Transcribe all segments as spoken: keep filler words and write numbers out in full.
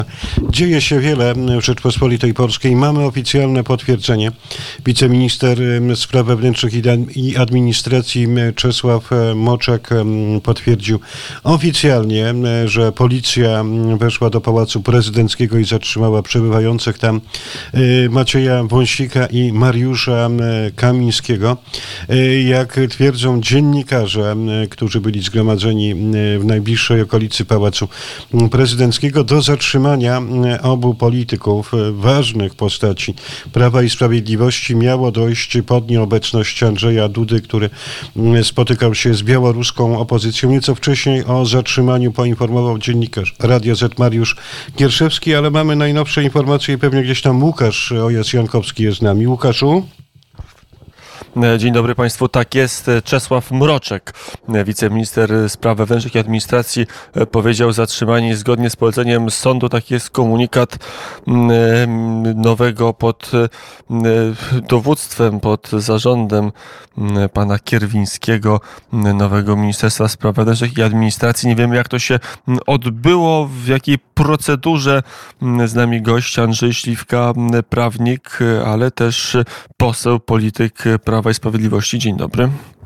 Dzieje się wiele w Rzeczpospolitej Polskiej. Mamy oficjalne potwierdzenie. Wiceminister spraw wewnętrznych i administracji Czesław Moczek potwierdził oficjalnie, że policja weszła do Pałacu Prezydenckiego i zatrzymała przebywających tam Macieja Wąsika i Mariusza Kamińskiego. Jak twierdzą dziennikarze, którzy byli zgromadzeni w najbliższej okolicy Pałacu Prezydenckiego, do zatrzymania obu polityków, ważnych postaci Prawa i Sprawiedliwości, miało dojść pod nieobecność Andrzeja Dudy, który spotykał się z białoruską opozycją. Nieco wcześniej o zatrzymaniu poinformował dziennikarz Radia Z Mariusz Gierszewski, ale mamy najnowsze informacje i pewnie gdzieś tam Łukasz Ojas-Jankowski jest z nami. Łukaszu? Dzień dobry Państwu. Tak jest. Czesław Mroczek, wiceminister spraw wewnętrznych i administracji, powiedział: zatrzymani zgodnie z poleceniem sądu. Tak jest komunikat nowego pod dowództwem, pod zarządem pana Kierwińskiego, nowego Ministerstwa Spraw Wewnętrznych i Administracji. Nie wiemy, jak to się odbyło, w jakiej procedurze. Z nami gość Andrzej Śliwka, prawnik, ale też poseł, polityk Prawa i Sprawiedliwości. Dzień dobry.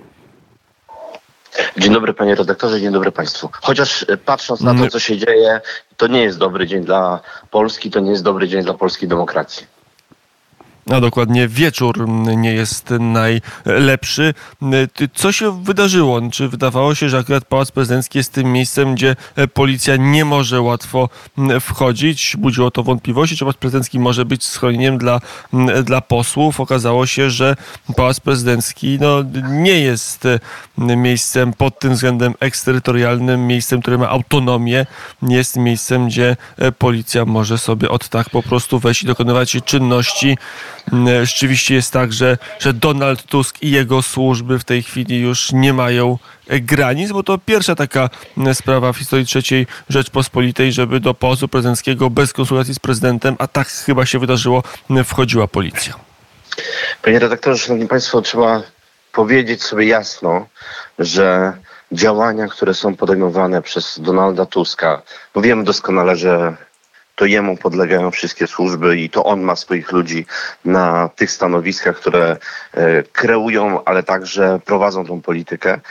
Dzień dobry panie redaktorze, dzień dobry państwu. Chociaż patrząc na to, co się dzieje, to nie jest dobry dzień dla Polski, to nie jest dobry dzień dla polskiej demokracji. A dokładnie wieczór nie jest najlepszy. Co się wydarzyło? Czy wydawało się, że akurat Pałac Prezydencki jest tym miejscem, gdzie policja nie może łatwo wchodzić? Budziło to wątpliwości, czy Pałac Prezydencki może być schronieniem dla, dla posłów? Okazało się, że Pałac Prezydencki no, nie jest miejscem pod tym względem eksterytorialnym, miejscem, które ma autonomię. Nie jest miejscem, gdzie policja może sobie od tak po prostu wejść i dokonywać czynności. Rzeczywiście jest tak, że, że Donald Tusk i jego służby w tej chwili już nie mają granic, bo to pierwsza taka sprawa w historii trzeciej Rzeczpospolitej, żeby do Pałacu Prezydenckiego bez konsultacji z prezydentem, a tak chyba się wydarzyło, wchodziła policja. Panie redaktorze, szanowni państwo, trzeba powiedzieć sobie jasno, że działania, które są podejmowane przez Donalda Tuska, bo wiemy doskonale, że to jemu podlegają wszystkie służby i to on ma swoich ludzi na tych stanowiskach, które e, kreują, ale także prowadzą tą politykę,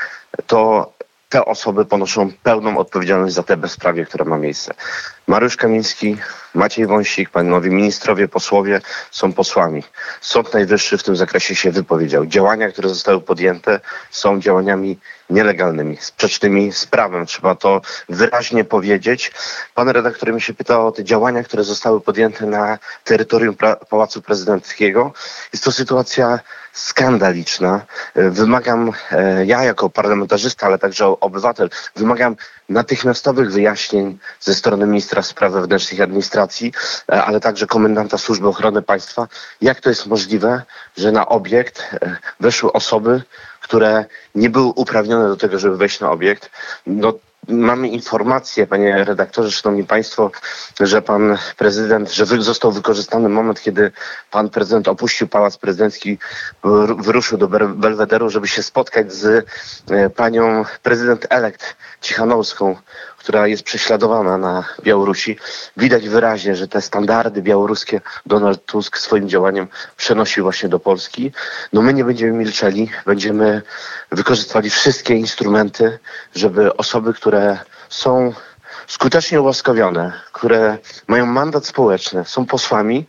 to te osoby ponoszą pełną odpowiedzialność za te bezprawie, które ma miejsce. Mariusz Kamiński, Maciej Wąsik, panowie ministrowie, posłowie są posłami. Sąd Najwyższy w tym zakresie się wypowiedział. Działania, które zostały podjęte, są działaniami nielegalnymi, sprzecznymi z prawem. Trzeba to wyraźnie powiedzieć. Pan redaktor mi się pytał o te działania, które zostały podjęte na terytorium pra- Pałacu Prezydenckiego. Jest to sytuacja skandaliczna. Wymagam, e, ja jako parlamentarzysta, ale także obywatel, wymagam natychmiastowych wyjaśnień ze strony ministra spraw wewnętrznych i administracji, e, ale także komendanta Służby Ochrony Państwa, jak to jest możliwe, że na obiekt e, weszły osoby, które nie były uprawnione do tego, żeby wejść na obiekt. No, mamy informację, panie redaktorze, szanowni państwo, że pan prezydent, że wy, został wykorzystany moment, kiedy pan prezydent opuścił Pałac Prezydencki, wyruszył do Belwederu, żeby się spotkać z e, panią prezydent elekt Cichanouszką, która jest prześladowana na Białorusi. Widać wyraźnie, że te standardy białoruskie Donald Tusk swoim działaniem przenosi właśnie do Polski. No my nie będziemy milczeli, będziemy wykorzystywali wszystkie instrumenty, żeby osoby, które są skutecznie ułaskawione, które mają mandat społeczny, są posłami,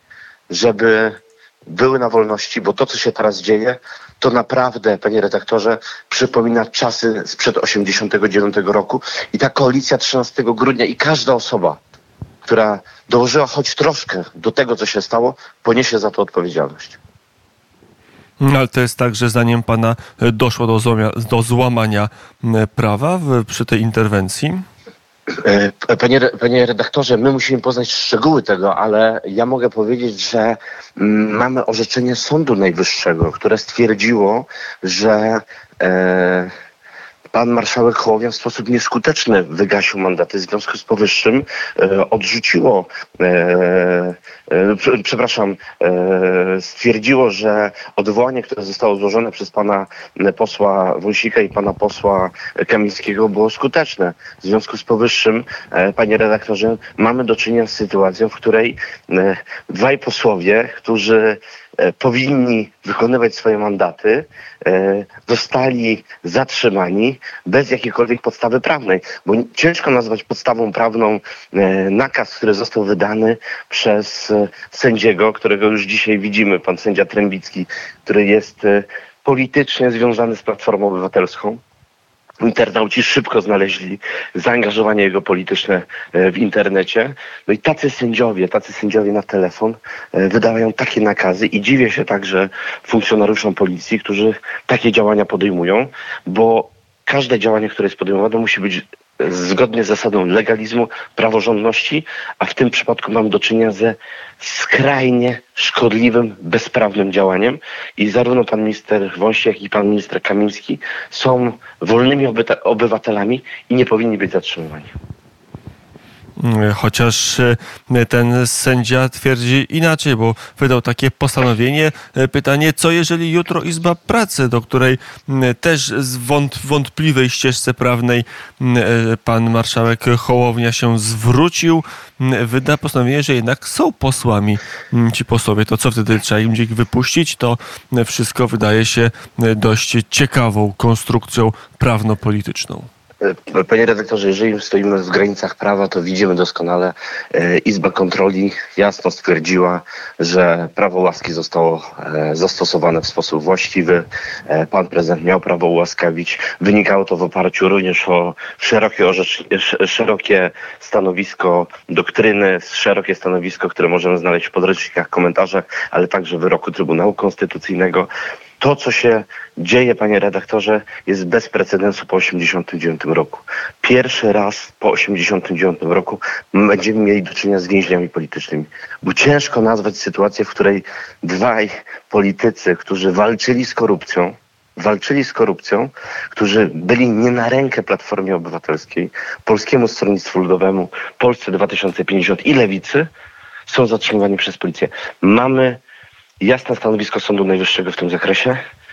żeby były na wolności, bo to, co się teraz dzieje, to naprawdę, panie redaktorze, przypomina czasy sprzed osiemdziesiątego dziewiątego roku i ta koalicja trzynastego grudnia i każda osoba, która dołożyła choć troszkę do tego, co się stało, poniesie za to odpowiedzialność. Ale to jest tak, że zdaniem pana doszło do, złamia, do złamania prawa w, przy tej interwencji? Panie, panie redaktorze, my musimy poznać szczegóły tego, ale ja mogę powiedzieć, że mm, mamy orzeczenie Sądu Najwyższego, które stwierdziło, że e, pan marszałek Hołownia w sposób nieskuteczny wygasił mandaty. W związku z powyższym e, odrzuciło e, przepraszam, stwierdziło, że odwołanie, które zostało złożone przez pana posła Wąsika i pana posła Kamińskiego było skuteczne. W związku z powyższym, panie redaktorze, mamy do czynienia z sytuacją, w której dwaj posłowie, którzy powinni wykonywać swoje mandaty, zostali zatrzymani bez jakiejkolwiek podstawy prawnej, bo ciężko nazwać podstawą prawną nakaz, który został wydany przez sędziego, którego już dzisiaj widzimy, pan sędzia Trębicki, który jest politycznie związany z Platformą Obywatelską. Internauci szybko znaleźli zaangażowanie jego polityczne w internecie. No i tacy sędziowie, tacy sędziowie na telefon wydawają takie nakazy i dziwię się także funkcjonariuszom policji, którzy takie działania podejmują, bo każde działanie, które jest podejmowane, musi być zgodnie z zasadą legalizmu, praworządności, a w tym przypadku mamy do czynienia ze skrajnie szkodliwym, bezprawnym działaniem i zarówno pan minister Wąsik, jak i pan minister Kamiński są wolnymi obyta- obywatelami i nie powinni być zatrzymywani. Chociaż ten sędzia twierdzi inaczej, bo wydał takie postanowienie. Pytanie, co jeżeli jutro Izba Pracy, do której też z wąt, wątpliwej ścieżce prawnej pan marszałek Hołownia się zwrócił, wyda postanowienie, że jednak są posłami ci posłowie. To co wtedy? Trzeba im ich wypuścić? To wszystko wydaje się dość ciekawą konstrukcją prawno-polityczną. Panie redaktorze, jeżeli stoimy w granicach prawa, to widzimy doskonale, Izba Kontroli jasno stwierdziła, że prawo łaski zostało zastosowane w sposób właściwy. Pan prezydent miał prawo ułaskawić. Wynikało to w oparciu również o szerokie, orzecz... szerokie stanowisko doktryny, szerokie stanowisko, które możemy znaleźć w podręcznikach, komentarzach, ale także wyroku Trybunału Konstytucyjnego. To, co się dzieje, panie redaktorze, jest bez precedensu po osiemdziesiątym dziewiątym roku. Pierwszy raz po osiemdziesiątym dziewiątym roku będziemy mieli do czynienia z więźniami politycznymi. Bo ciężko nazwać sytuację, w której dwaj politycy, którzy walczyli z korupcją, walczyli z korupcją, którzy byli nie na rękę Platformie Obywatelskiej, Polskiemu Stronnictwu Ludowemu, Polsce dwa tysiące pięćdziesiąt i Lewicy, są zatrzymywani przez policję. Mamy jasne stanowisko Sądu Najwyższego w tym zakresie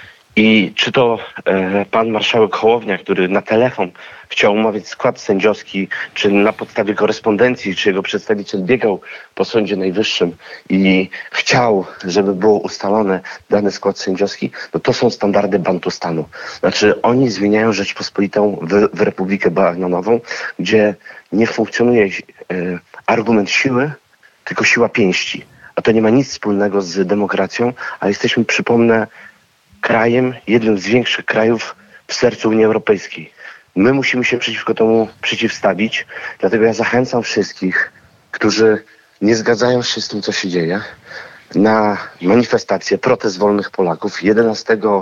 i czy to e, pan marszałek Hołownia, który na telefon chciał umawiać skład sędziowski, czy na podstawie korespondencji, czy jego przedstawiciel biegał po Sądzie Najwyższym i chciał, żeby było ustalone dany skład sędziowski, no to są standardy Bantustanu. Znaczy oni zmieniają Rzeczpospolitą w, w Republikę Bananową, gdzie nie funkcjonuje e, argument siły, tylko siła pięści. A to nie ma nic wspólnego z demokracją, a jesteśmy, przypomnę, krajem, jednym z większych krajów w sercu Unii Europejskiej. My musimy się przeciwko temu przeciwstawić, dlatego ja zachęcam wszystkich, którzy nie zgadzają się z tym, co się dzieje, na manifestację, protest wolnych Polaków jedenastego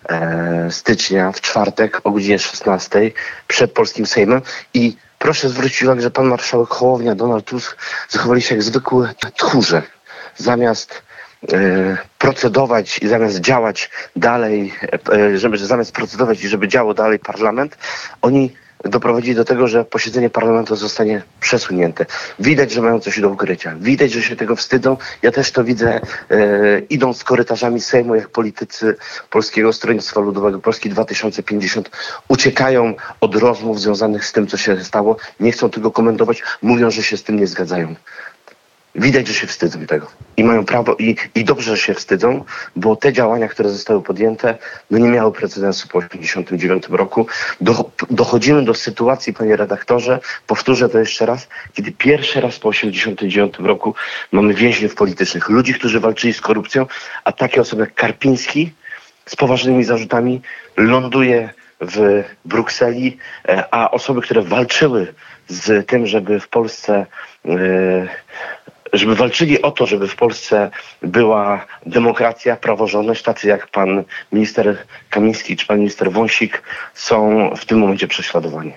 stycznia w czwartek o godzinie szesnastej przed polskim Sejmem i proszę zwrócić uwagę, że pan marszałek Hołownia, Donald Tusk zachowali się jak zwykłe tchórze. Zamiast e, procedować i zamiast działać dalej, e, żeby zamiast procedować i żeby działo dalej parlament, oni doprowadzili do tego, że posiedzenie parlamentu zostanie przesunięte. Widać, że mają coś do ukrycia. Widać, że się tego wstydzą. Ja też to widzę, e, idąc korytarzami Sejmu, jak politycy Polskiego Stronnictwa Ludowego, Polski dwa tysiące pięćdziesiąt uciekają od rozmów związanych z tym, co się stało. Nie chcą tego komentować. Mówią, że się z tym nie zgadzają. Widać, że się wstydzą tego i mają prawo i, i dobrze, że się wstydzą, bo te działania, które zostały podjęte, no nie miały precedensu po osiemdziesiątym dziewiątym roku. Do, dochodzimy do sytuacji, panie redaktorze, powtórzę to jeszcze raz, kiedy pierwszy raz po osiemdziesiątym dziewiątym roku mamy więźniów politycznych, ludzi, którzy walczyli z korupcją, a takie osoby jak Karpiński z poważnymi zarzutami ląduje w Brukseli, a osoby, które walczyły z tym, żeby w Polsce yy, żeby walczyli o to, żeby w Polsce była demokracja, praworządność, tacy jak pan minister Kamiński czy pan minister Wąsik są w tym momencie prześladowani.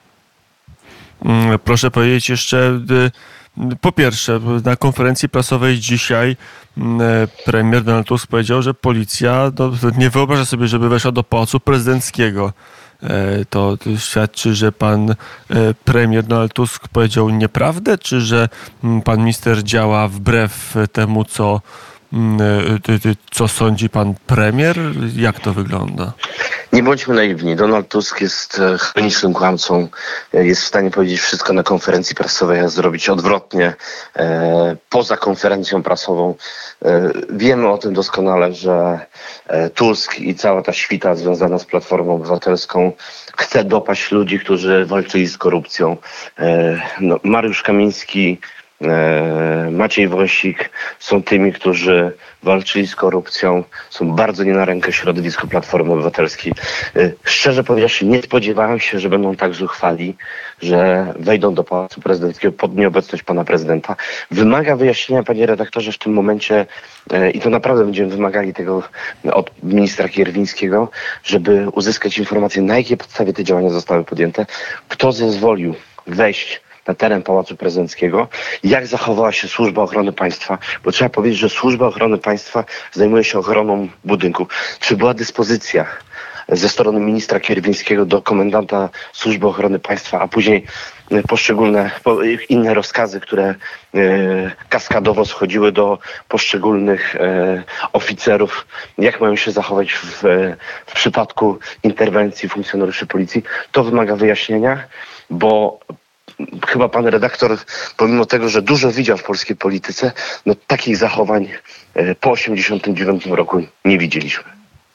Proszę powiedzieć jeszcze, po pierwsze, na konferencji prasowej dzisiaj premier Donald Tusk powiedział, że policja no, nie wyobraża sobie, żeby weszła do Pałacu Prezydenckiego. to świadczy, że pan premier Donald Tusk powiedział nieprawdę, czy że pan minister działa wbrew temu, co, co sądzi pan premier? Jak to wygląda? Nie bądźmy naiwni. Donald Tusk jest chronicznym kłamcą. Jest w stanie powiedzieć wszystko na konferencji prasowej, a zrobić odwrotnie e, poza konferencją prasową. E, wiemy o tym doskonale, że e, Tusk i cała ta świta związana z Platformą Obywatelską chce dopaść ludzi, którzy walczyli z korupcją. E, no, Mariusz Kamiński, Maciej Wąsik są tymi, którzy walczyli z korupcją, są bardzo nie na rękę środowisku Platformy Obywatelskiej. Szczerze powiedziawszy, nie spodziewałem się, że będą tak zuchwali, że wejdą do Pałacu Prezydenckiego pod nieobecność pana prezydenta. Wymaga wyjaśnienia, panie redaktorze, w tym momencie, i to naprawdę będziemy wymagali tego od ministra Kierwińskiego, żeby uzyskać informację, na jakiej podstawie te działania zostały podjęte, kto zezwolił wejść na teren Pałacu Prezydenckiego, jak zachowała się Służba Ochrony Państwa, bo trzeba powiedzieć, że Służba Ochrony Państwa zajmuje się ochroną budynku. Czy była dyspozycja ze strony ministra Kierwińskiego do komendanta Służby Ochrony Państwa, a później poszczególne inne rozkazy, które kaskadowo schodziły do poszczególnych oficerów, jak mają się zachować w, w przypadku interwencji funkcjonariuszy policji, to wymaga wyjaśnienia, bo chyba pan redaktor, pomimo tego, że dużo widział w polskiej polityce, no takich zachowań po osiemdziesiątym dziewiątym roku nie widzieliśmy.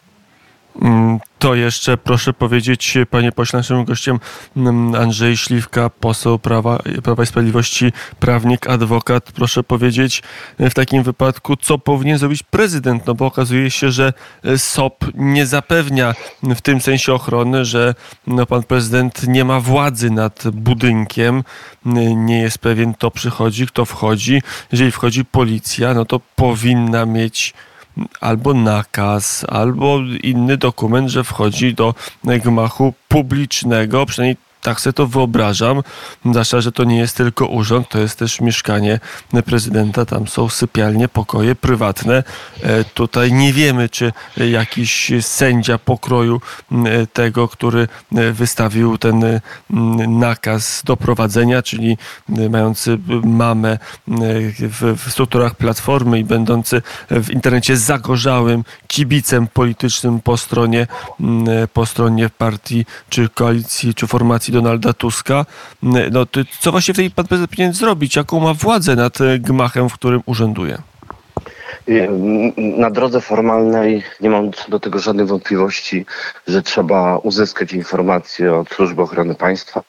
To jeszcze proszę powiedzieć, panie pośle, naszym gościem Andrzej Śliwka, poseł Prawa, Prawa i Sprawiedliwości, prawnik, adwokat. Proszę powiedzieć w takim wypadku, co powinien zrobić prezydent, no bo okazuje się, że S O P nie zapewnia w tym sensie ochrony, że no, pan prezydent nie ma władzy nad budynkiem, nie jest pewien, kto przychodzi, kto wchodzi. Jeżeli wchodzi policja, no to powinna mieć albo nakaz, albo inny dokument, że wchodzi do gmachu publicznego, przynajmniej tak sobie to wyobrażam, zwłaszcza, że to nie jest tylko urząd, to jest też mieszkanie prezydenta, tam są sypialnie, pokoje prywatne. Tutaj nie wiemy, czy jakiś sędzia pokroju tego, który wystawił ten nakaz doprowadzenia, czyli mający mamę w, w strukturach Platformy i będący w internecie zagorzałym kibicem politycznym po stronie, po stronie partii, czy koalicji, czy formacji Donalda Tuska. No, to co właśnie wtedy pan prezydent powinien zrobić? Jaką ma władzę nad gmachem, w którym urzęduje? Na drodze formalnej nie mam do tego żadnych wątpliwości, że trzeba uzyskać informacje od Służby Ochrony Państwa.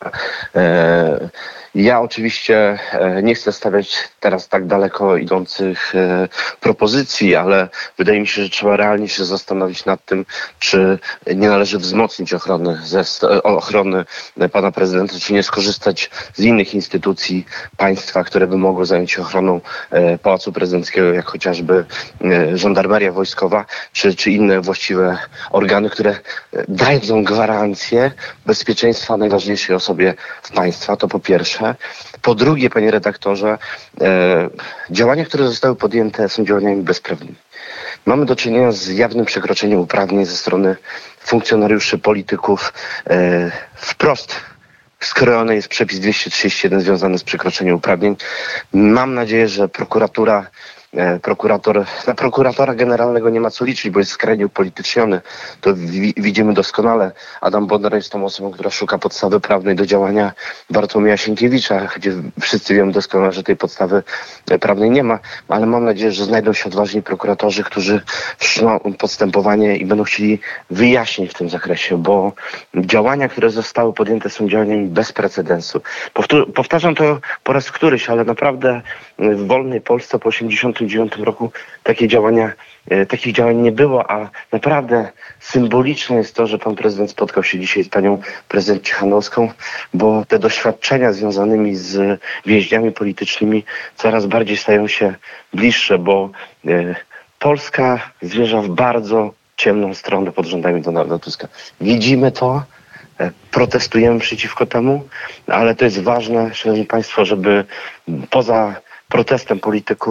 Ja oczywiście nie chcę stawiać teraz tak daleko idących propozycji, ale wydaje mi się, że trzeba realnie się zastanowić nad tym, czy nie należy wzmocnić ochrony, ze, ochrony pana prezydenta, czy nie skorzystać z innych instytucji państwa, które by mogły zająć się ochroną Pałacu Prezydenckiego, jak chociażby żandarmeria wojskowa, czy, czy inne właściwe organy, które dają gwarancję bezpieczeństwa najważniejszej osobie w państwa. To po pierwsze. Po drugie, panie redaktorze, e, działania, które zostały podjęte, są działaniami bezprawnymi. Mamy do czynienia z jawnym przekroczeniem uprawnień ze strony funkcjonariuszy, polityków. E, wprost skrojony jest przepis dwieście trzydzieści jeden związany z przekroczeniem uprawnień. Mam nadzieję, że prokuratura Prokurator, na prokuratora generalnego nie ma co liczyć, bo jest skrajnie upolityczniony. To wi- widzimy doskonale. Adam Bodnar jest tą osobą, która szuka podstawy prawnej do działania Bartłomieja Sienkiewicza, gdzie wszyscy wiemy doskonale, że tej podstawy prawnej nie ma, ale mam nadzieję, że znajdą się odważni prokuratorzy, którzy wszczną postępowanie i będą chcieli wyjaśnić w tym zakresie, bo działania, które zostały podjęte, są działaniami bez precedensu. Powtór- powtarzam to po raz któryś, ale naprawdę w wolnej Polsce po osiemdziesiątym dziewiątym roku takie działania, e, takich działań nie było, a naprawdę symboliczne jest to, że pan prezydent spotkał się dzisiaj z panią prezydent Cichanowską, bo te doświadczenia związanymi z więźniami politycznymi coraz bardziej stają się bliższe, bo e, Polska zmierza w bardzo ciemną stronę pod rządami Donalda Tuska. Widzimy to, e, protestujemy przeciwko temu, ale to jest ważne, szanowni państwo, żeby poza protestem polityków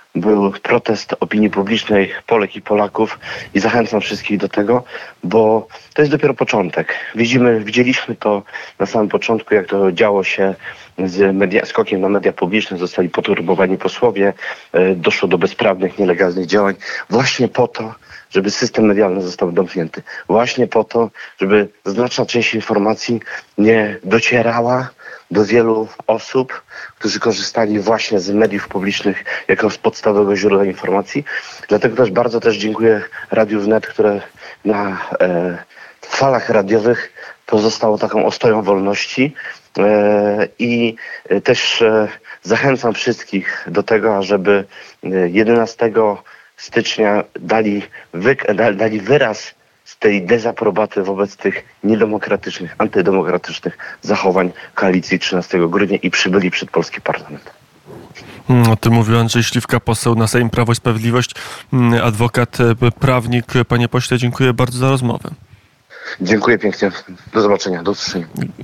był protest opinii publicznej Polek i Polaków i zachęcam wszystkich do tego, bo to jest dopiero początek. Widzimy, widzieliśmy to na samym początku, jak to działo się z media, skokiem na media publiczne, zostali poturbowani posłowie, e, doszło do bezprawnych, nielegalnych działań właśnie po to, żeby system medialny został domknięty. Właśnie po to, żeby znaczna część informacji nie docierała do wielu osób, którzy korzystali właśnie z mediów publicznych jako z podstawowego źródła informacji. Dlatego też bardzo też dziękuję Radiu Wnet, które na e, falach radiowych pozostało taką ostoją wolności e, i e, też e, zachęcam wszystkich do tego, ażeby jedenastego stycznia dali, wy, dali wyraz z tej dezaprobaty wobec tych niedemokratycznych, antydemokratycznych zachowań koalicji trzynastego grudnia i przybyli przed polski parlament. O tym mówił Andrzej Śliwka, poseł na Sejm Prawo i Sprawiedliwość, adwokat, prawnik. Panie pośle, dziękuję bardzo za rozmowę. Dziękuję pięknie. Do zobaczenia. Do usłyszenia.